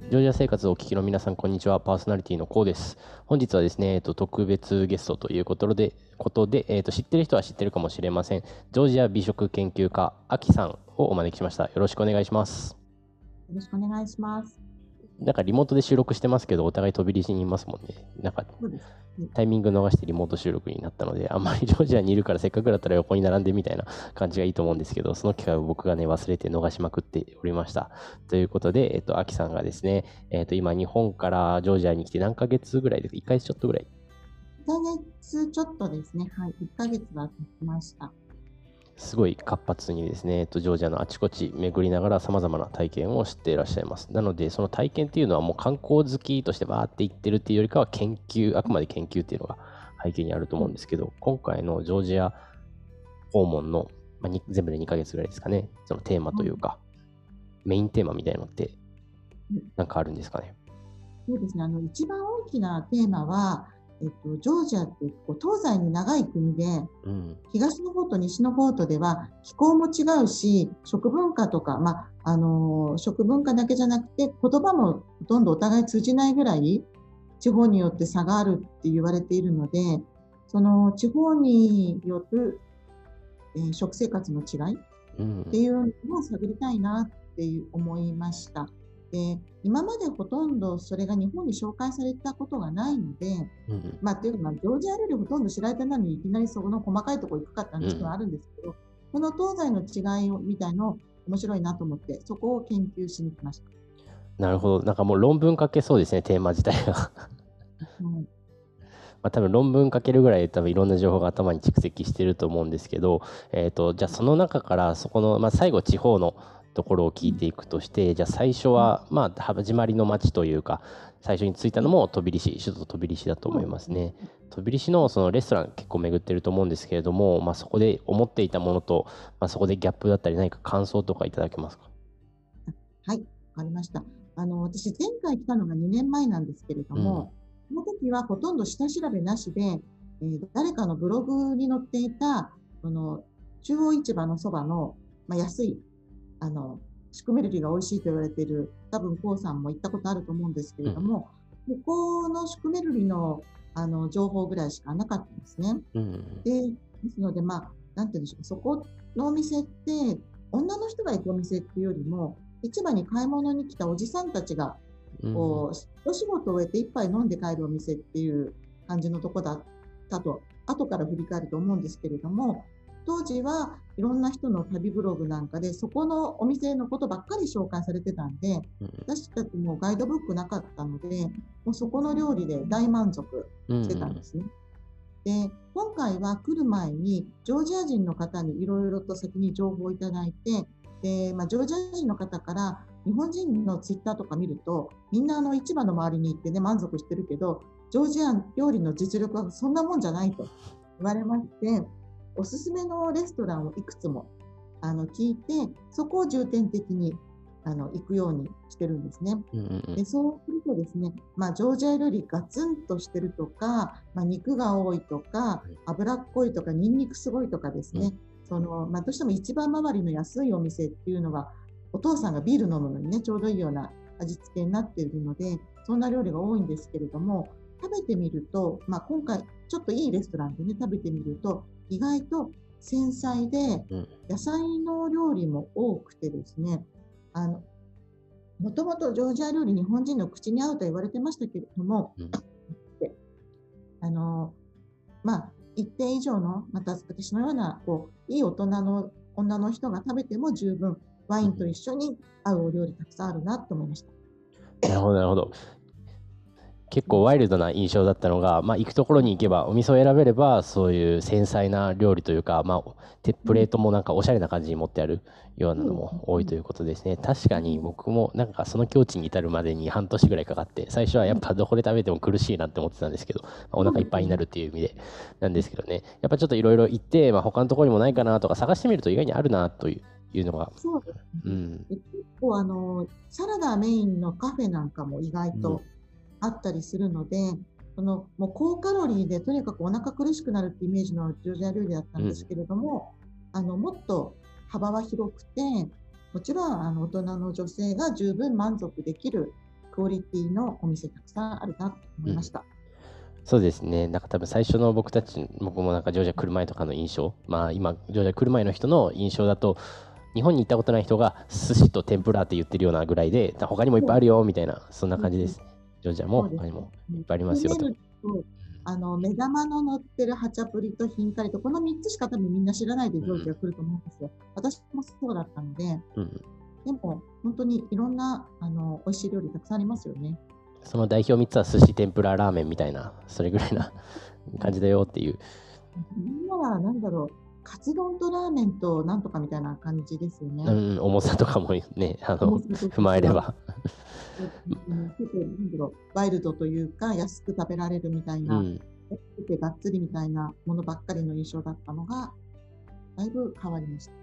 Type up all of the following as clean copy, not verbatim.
ジョージア生活をお聞きの皆さん、こんにちは。パーソナリティのコウです。本日はですね、特別ゲストということで、知ってる人は知ってるかもしれません。ジョージア美食研究家、アキさんをお招きしました。よろしくお願いします。 よろしくお願いします。 なんかリモートで収録してますけど、お互い飛び入りにいますもんね。なんかそうです。 タイミング逃してリモート収録になったので、あんまりジョージアにいるからせっかくだったら横に並んでみたいな感じがいいと思うんですけど、その機会を僕がね、忘れて逃しまくっておりました。ということで、アキさんがですね、今日本からジョージアに来て何ヶ月ぐらいですか？ 1 ヶ月ちょっとぐらい。 1ヶ月ちょっとですね。はい。1ヶ月は経ちました。 すごい活発にですね、ジョージアのあちこち巡りながら様々な体験をしていらっしゃいます。なので、その体験っていうのはもう観光好きとしてバーって行ってるっていうよりかは研究、あくまで研究っていうのが背景にあると思うんですけど、今回のジョージア訪問の、全部で2ヶ月ぐらいですかね、そのテーマというか、メインテーマみたいなのってなんかあるんですかね。 そうですね。一番大きなテーマは、ジョージアって東西に長い国で、 うん。 東の方と西の方とでは気候も違うし、食文化とか、食文化だけじゃなくて、言葉もほとんどお互い通じないぐらい、地方によって差があるって言われているので、その地方による、食生活の違いっていうのを探りたいなっていう思いました。で、今までほとんどそれが日本に紹介されたことがないので、っていうのは、ジョージア料理ほとんど知られてないのに、いきなりそこの細かいところ行くかって話はあるんですけど、この東西の違いをみたいの面白いなと思って、そこを研究しに来ました。 なるほど。なんかもう論文書けそうですね、テーマ自体が。多分論文書けるぐらい多分いろんな情報が頭に蓄積してると思うんですけど、じゃあその中からそこの、最後地方のところを聞いていくとして、じゃあ最初は、始まりの町というか、最初に着いたのも飛び石、首都飛び石だと思いますね。飛び石のそのレストラン結構巡ってると思うんですけれども、そこで思っていたものと、そこでギャップだったり何か感想とかいただけますか？ はい、わかりました。私、前回来たのが2年前なんですけれどうん。 も、その時はほとんど下調べなしで、誰かのブログに載っていた、その中央市場のそばの、安い、あの、シュクメルリが美味しいと言われている、多分、コウさんも行ったことあると思うんですけうん。 れども、ここのシュクメルリの、情報ぐらいしかなかったんですね。 うん。 ですので、なんていうんでしょう、そこのお店って、女の人が行くお店っていうよりも、市場に買い物に来たおじさんたちが、 うん。 お仕事を終えて一杯飲んで帰るお店っていう感じのとこだったと、後から振り返ると思うんですけれども、当時はいろんな人の旅ブログなんかで、そこのお店のことばっかり紹介されてたんで、 うん。 私たちもガイドブックなかったので、もうそこの料理で大満足うん。うしてたんでん。 すね。で、今回は来る前に、ジョージア人の方にいろいろと先に情報をいただいて、で、ジョージア人の方から、日本人のツイッターとか見ると、みんな市場の周りに行ってね、満足してるけど、ジョージア料理の実力はそんなもんじゃないと言われまして、おすすめのレストランをいくつも聞いて、そこを重点的に行くようにしてるんですね。 うん。うん。 でそうするとですね、ジョージアよりガツンとしてるとか、肉が多いとか、脂っこいとか、ニンニクすごいとかですうん。 ね、どうしても一番周りの安いお店っていうのは、お父さんがビール飲むのにね、ちょうどいいような味付けになっているので、そんな料理が多いんですけれども、食べてみると、今回、ちょっといいレストランでね、食べてみると、意外と繊細で、 うん。 野菜の料理も多くてですね、あの、もともとジョージア料理、日本人の口に合うと言われてましたけれども、 うん。 あの、一定以上の、また私のような、いい大人の女の人が食べても十分、ワインと一緒に合うお料理たくさんあるなと思いました。 なるほど、なるほど。結構ワイルドな印象だったのが、行くところに行けば、お店を選べれば、そういう繊細な料理というか、プレートもなんかおしゃれな感じに持ってあるようなのも多いということですね。確かに僕もなんかその境地に至るまでに半年ぐらいかかって、最初はやっぱどこで食べても苦しいなって思ってたんですけど、お腹いっぱいになるっていう意味でなんですけどね、やっぱちょっといろいろ行って、他のところにもないかなとか探してみると意外にあるなというのが、 そうですね。 うん、 で、結構サラダメインのカフェなんかも意外うん、 とあったりするので、もう高カロリーでとにかくお腹苦しくなるってイメージのジョージア料理だったうん、 んですけれども、もっと幅は広くて、もちろん大人の女性が十分満足できるクオリティのお店たくさんあるなと思いました。 そうですね。なんか多分最初の僕もなんかジョージア来る前とかの印象、まあ今、ジョージア来る前の人の印象だと、日本に行ったことない人が寿司と天ぷらって言ってるようなぐらいで、他にもいっぱいあるよみたいな、そんな感じです。ジョージアもそうです他にもいっね。 ぱいありますよと。 でメヌと、目玉の乗ってるハチャプリとヒンカリと、この3つしか多分みんな知らないでジョージア来ると思うんですよ。私もそうだったので、 うん、 でも本当にいろんな美味しい料理たくさんありますよね。 その代表3つは寿司、天ぷら、ラーメンみたいな、それぐらいな感じだよっていう。 みんなは何だろう、カツ丼とラーメンとなんとかみたいな感じですよね。 重さとかもね、 重さと踏まえれか、 ば。 結構なんだろう、ワイルドというか、安く食べられるみたいな、 うん。 安くてがっつりみたいなものばっかりの印象だったのが、だいぶ変わりました。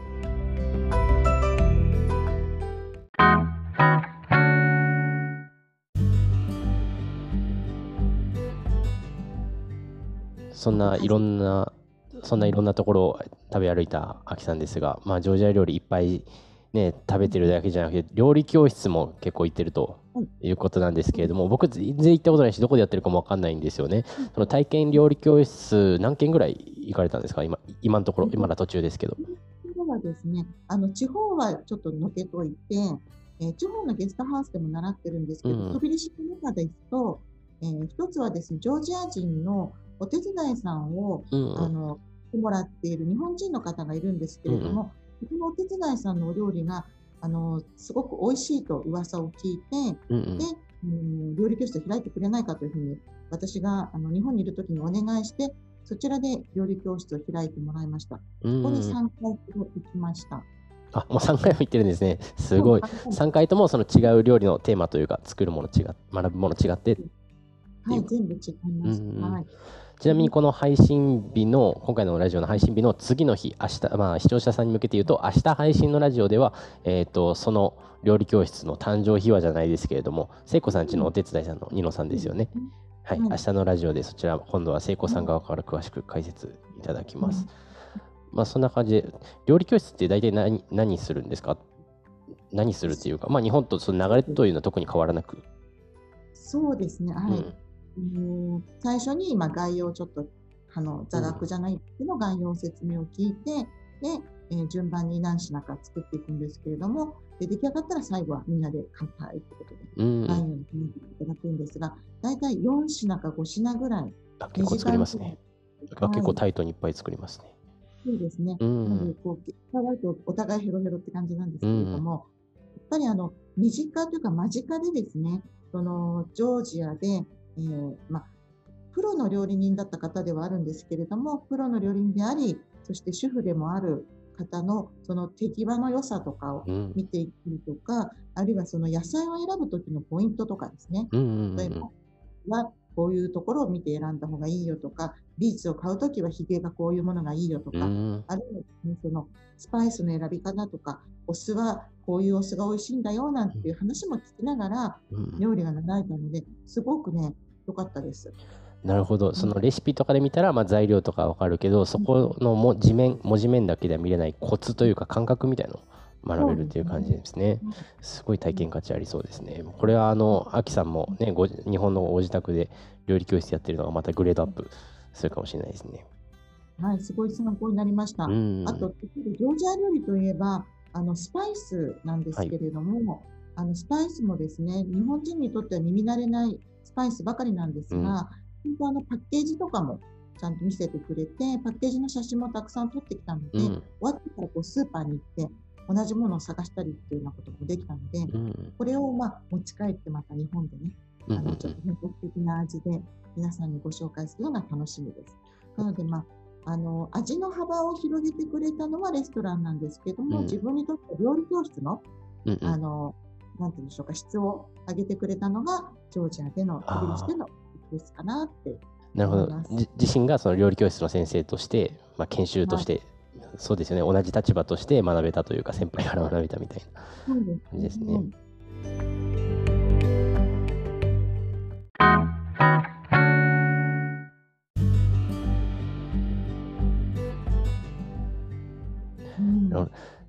そんないろんな、ところを食べ歩いたアキさんですが、まあ、ジョージア料理いっぱいね、食べてるだけじゃなくて、料理教室も結構行ってるということなんですけれども、僕全然行ったことないし、どこでやってるかもわかんないんですよね。その体験料理教室、何軒ぐらい行かれたんですか、今のところ、今の途中ですけど。 今はですね、地方はちょっとのけといて、地方のゲストハウスでも習ってるんですけど、飛び出しの中ですと、一つはですね、ジョージア人のお手伝いさんを、してもらっている日本人の方がいるんですけれども、そのお手伝いさんのお料理が、すごく美味しいと噂を聞いて、で、料理教室を開いてくれないかというふうに、私が日本にいる時にお願いして、そちらで料理教室を開いてもらいました。そこに3回ほど行きました。 あ、もう3回も行ってるんですね。すごい。3回ともその違う料理のテーマというか、作るもの学ぶもの違ってっていう。 はい、全部違いました。はい。 ちなみにこの今回のラジオの配信日の次の日、明日、まあ、視聴者さんに向けて言うと、明日配信のラジオでは、その料理教室の誕生秘話じゃないですけれども、聖子さんちのお手伝いさんのニノさんですよね。はい、明日のラジオでそちら、今度は聖子さん側から詳しく解説いただきます。まあ、そんな感じで、料理教室って大体何するんですか？何するっていうか、まあ、日本とその流れというのは特に変わらなく。 そうですね、はい。最初に今概要をちょっと座学じゃないけど概要説明を聞いて、で、順番に何品か作っていくんですけれども、で出来上がったら最後はみんなで乾杯ということで、概要に決めていただくんですが、大体4品か5品ぐらい、 結構作りますね。結構タイトにいっぱい作りますね。 そうですね。なので、お互いヘロヘロって感じなんですけれども、やっぱり身近というか間近でですね、そのジョージアで、プロの料理人だった方ではあるんですけれども、プロの料理人であり、そして主婦でもある方のその手際の良さとかを見ていくとか、あるいはその野菜を選ぶ時のポイントとかですね。例えばこういうところを見て選んだ方がいいよとか、ビーツを買うときはヒゲがこういうものがいいよとか、あるいはそのスパイスの選び方とか、お酢はこういうお酢が美味しいんだよなんていう話も聞きながら料理が習えたので、すごくね、良かったです。 なるほど。そのレシピとかで見たら、まあ、材料とかわかるけど、そこの文字面だけでは見れないコツというか感覚みたいなのを学べるっていう感じですね。すごい体験価値ありそうですね。これはアキさんもね、日本のご自宅で料理教室やってるのがまたグレードアップするかもしれないですね。 はい、すごい参考になりました。あと、ジョージア料理といえば、スパイスなんですけれども、スパイスもですね、日本人にとっては耳慣れないスパイスばかりなんですが、本当パッケージとかもちゃんと見せてくれて、パッケージの写真もたくさん撮ってきたので、終わってからスーパーに行って、同じものを探したりっていうようなこともできたので、これを持ち帰ってまた日本でね、ちょっと本格的な味で皆さんにご紹介するのが楽しみです。なので、味の幅を広げてくれたのはレストランなんですけども、自分にとって料理教室の、なんていうんでしょうか、質を上げてくれたのが、ジョージアでの、飛び出してのですかなってなるほど。自身がその料理教室の先生として、研修として、そうですよね、同じ立場として学べたというか、先輩から学べたみたいな感じですね。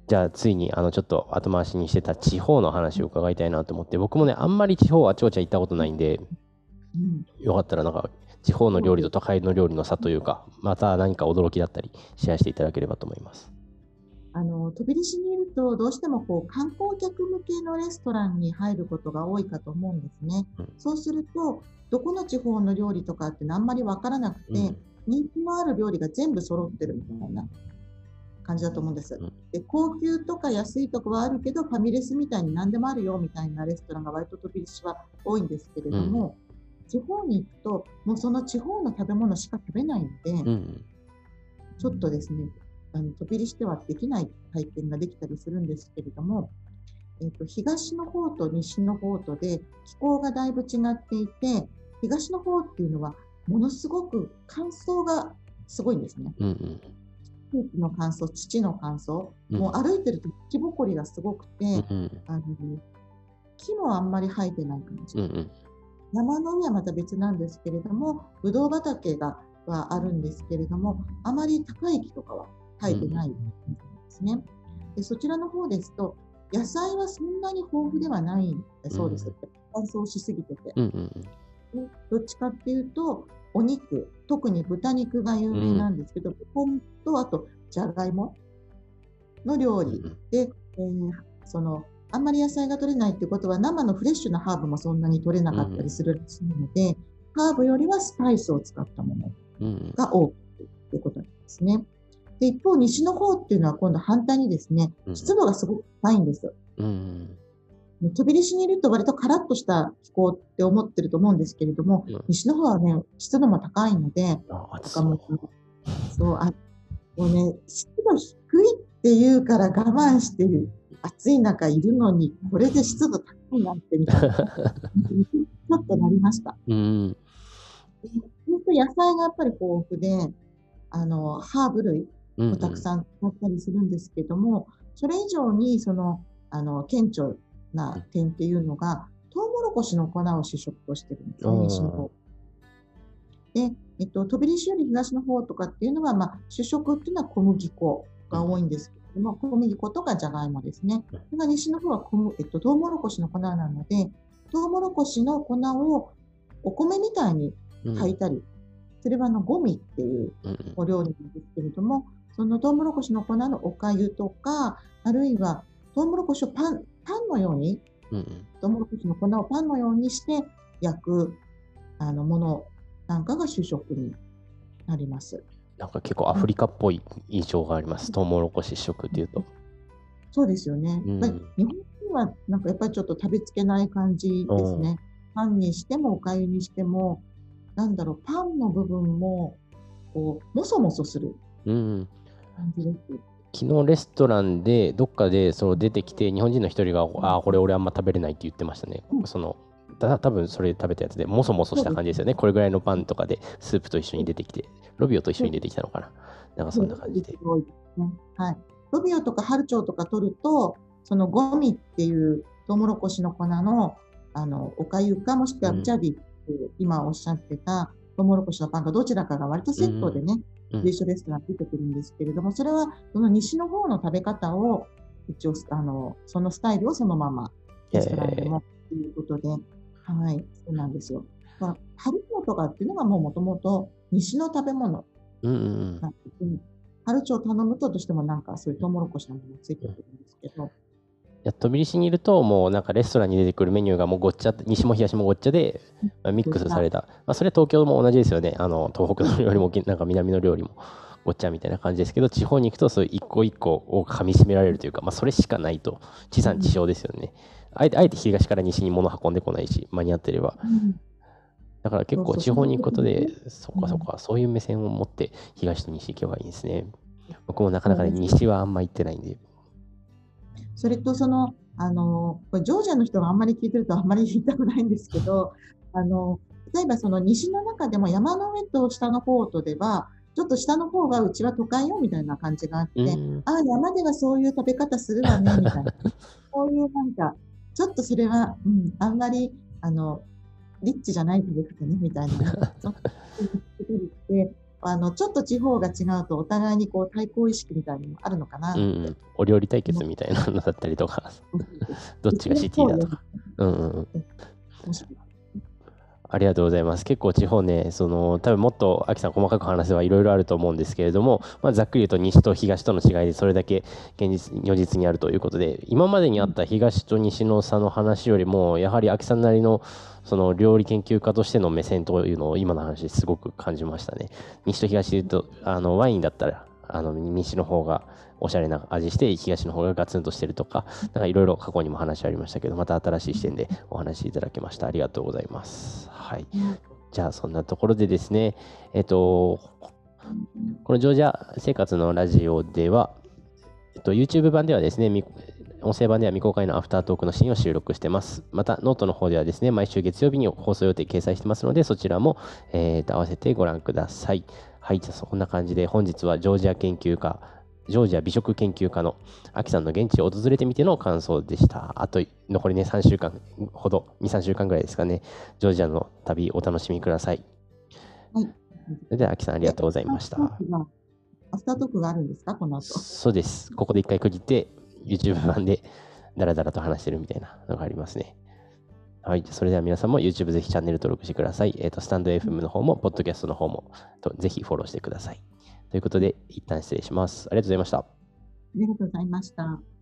じゃあついにちょっと後回しにしてた地方の話を伺いたいなと思って、僕もねあんまり地方はちょうちゃ行ったことないんで、 うん、 よかったらなんか地方の料理と都会の料理の差というか、また何か驚きだったりシェアしていただければと思います。 飛び出しにいると、どうしてもこう観光客向けのレストランに入ることが多いかと思うんですね。 うんそうすると、どこの地方の料理とかってあんまり分からなくて、 うん人気のある料理が全部揃ってるみたいな感じだと思うんです。 うんで、高級とか安いとこはあるけど、ファミレスみたいに何でもあるよみたいなレストランが割と飛び出しは多いんですけれども、地方に行くと、もうその地方の食べ物しか食べないので、 うんちょっとですね、飛び入りしてはできない体験ができたりするんですけれども、東の方と西の方とで気候がだいぶ違っていて、東の方っていうのはものすごく乾燥がすごいんですね。 うんうん空気の乾燥、土の乾燥、 うんもう歩いてると土ぼこりがすごくて、 うんあの木もあんまり生えてない感じ。 うんうん山の上はまた別なんですけれども、ぶどう畑はあるんですけれども、あまり高い木とかは生えてないんですね。でそちらの方ですと、野菜はそんなに豊富ではないそうです。乾燥しすぎてて。 うんうんでどっちかっていうと、お肉、特に豚肉が有名なんですけど、豚肉とあとじゃがいもの料理で、あんまり野菜が取れないってことは、生のフレッシュなハーブもそんなに取れなかったりするらしいので、ハーブよりはスパイスを使ったものうんが多くということなんですね。で一方、西の方っていうのは今度反対にですね、湿度がすごく高いんです。 うん飛び出しにいると割とカラッとした気候って思ってると思うんですけれども、西の方はね、湿度も高いので、もうね、湿度低いっていうから我慢してる、暑い中いるのに、これで湿度高いなんてみたいな、ちょっとなりました。 うん本当野菜がやっぱり豊富で、ハーブ類うんをたくさん使ったりするんですけども、それ以上に顕著な点っていうのが、トウモロコシの粉を主食としてるんですね、西の方。で、飛び出しより東の方とかっていうのは、主食っていうのは小麦粉が多いんですけれども、小麦粉とかじゃがいもですね。それが西の方はトウモロコシの粉なので、トウモロコシの粉をお米みたいに炊いたり、それはゴミっていうお料理なんですけれども、そのトウモロコシの粉のおかゆとか、あるいはトウモロコシをパンのように、トウモロコシの粉をパンのようにして焼くものなんかが主食になります。 なんか結構アフリカっぽい印象があります。トウモロコシ主食っていうと。 そうですよね。日本人はなんかやっぱりちょっと食べつけない感じですね。パンにしてもおかゆにしても、パンの部分もこうもそもそする感じです。 昨日レストランでどっかで出てきて、日本人の一人がこれ俺あんま食べれないって言ってましたね。多分それ食べたやつでもそもそした感じですよね。これぐらいのパンとかでスープと一緒に出てきて、ロビオと一緒に出てきたのかな。なんかそんな感じで。 はい。ロビオとかハルチョウとか取ると、そのゴミっていうトウモロコシの粉のおかゆか、もしくはチャビっていう今おっしゃってたトウモロコシのパンかどちらかが割とセットでね、一緒レストラン出てくるんですけれども、それはその西の方の食べ方を一応そのスタイルをそのままレストランでもということで、はい、そうなんですよ。ハルチョウとかっていうのがもともと西の食べ物なんですね。ハルチョウを頼むとどうしてもなんかそういうトウモロコシのものがついてくるんですけど。 飛び出しにいるともうなんかレストランに出てくるメニューがもうごっちゃ、西も東もごっちゃで、ミックスされた、それ東京も同じですよね。東北の料理もなんか南の料理もごっちゃみたいな感じですけど、地方に行くとそういう一個一個を噛み締められるというか、それしかないと地産地消ですよね。あえて東から西に物運んでこないし、間に合ってれば。だから結構地方に行くことで、そういう目線を持って東と西行けばいいんですね。僕もなかなか西はあんま行ってないんで。 それとこれジョージアの人があんまり聞いてるとあんまり言いたくないんですけど、例えばその西の中でも山の上と下の方とでは、ちょっと下の方がうちは都会よみたいな感じがあって、山ではそういう食べ方するわねみたいな、こういうなんか、ちょっとそれは、あんまりリッチじゃない食べ方ねみたいな、ね、 ちょっと地方が違うとお互いにこう対抗意識みたいなのもあるのかなって。 お料理対決みたいなのだったりとか、どっちがシティだとか。 面白い。 ありがとうございます。結構地方ね、多分もっとアキさん細かく話せばいろいろあると思うんですけれども、ざっくり言うと西と東との違いでそれだけ如実にあるということで、今までにあった東と西の差の話よりも、やはりアキさんなりのその料理研究家としての目線というのを今の話ですごく感じましたね。西と東で言うと、ワインだったら、西の方がおしゃれな味して東の方がガツンとしてるとか、なんかいろいろ過去にも話ありましたけど、また新しい視点でお話しいただきました。ありがとうございます。はい。じゃあそんなところでですね、このジョージア生活のラジオでは、YouTube 版ではですね、音声版では未公開のアフタートークのシーンを収録してます。また、ノートの方ではですね、毎週月曜日に放送予定掲載してますので、そちらも、合わせてご覧ください。はい、じゃあそんな感じで本日はジョージア美食研究家のアキさんの現地を訪れてみての感想でした。あと残りね、3週間ほど、2、3週間ぐらいですかね、ジョージアの旅お楽しみください。 はい。 それでは、アキさんありがとうございました。 アフタートークがあるんですか、この後。 そうです。ここで一回区切って、YouTube 版でダラダラと話してるみたいなのがありますね。はい。それでは皆さんも YouTube ぜひチャンネル登録してください。スタンド FM の方も、ポッドキャストの方も、ぜひフォローしてください。ということで、一旦失礼します。ありがとうございました。 ありがとうございました。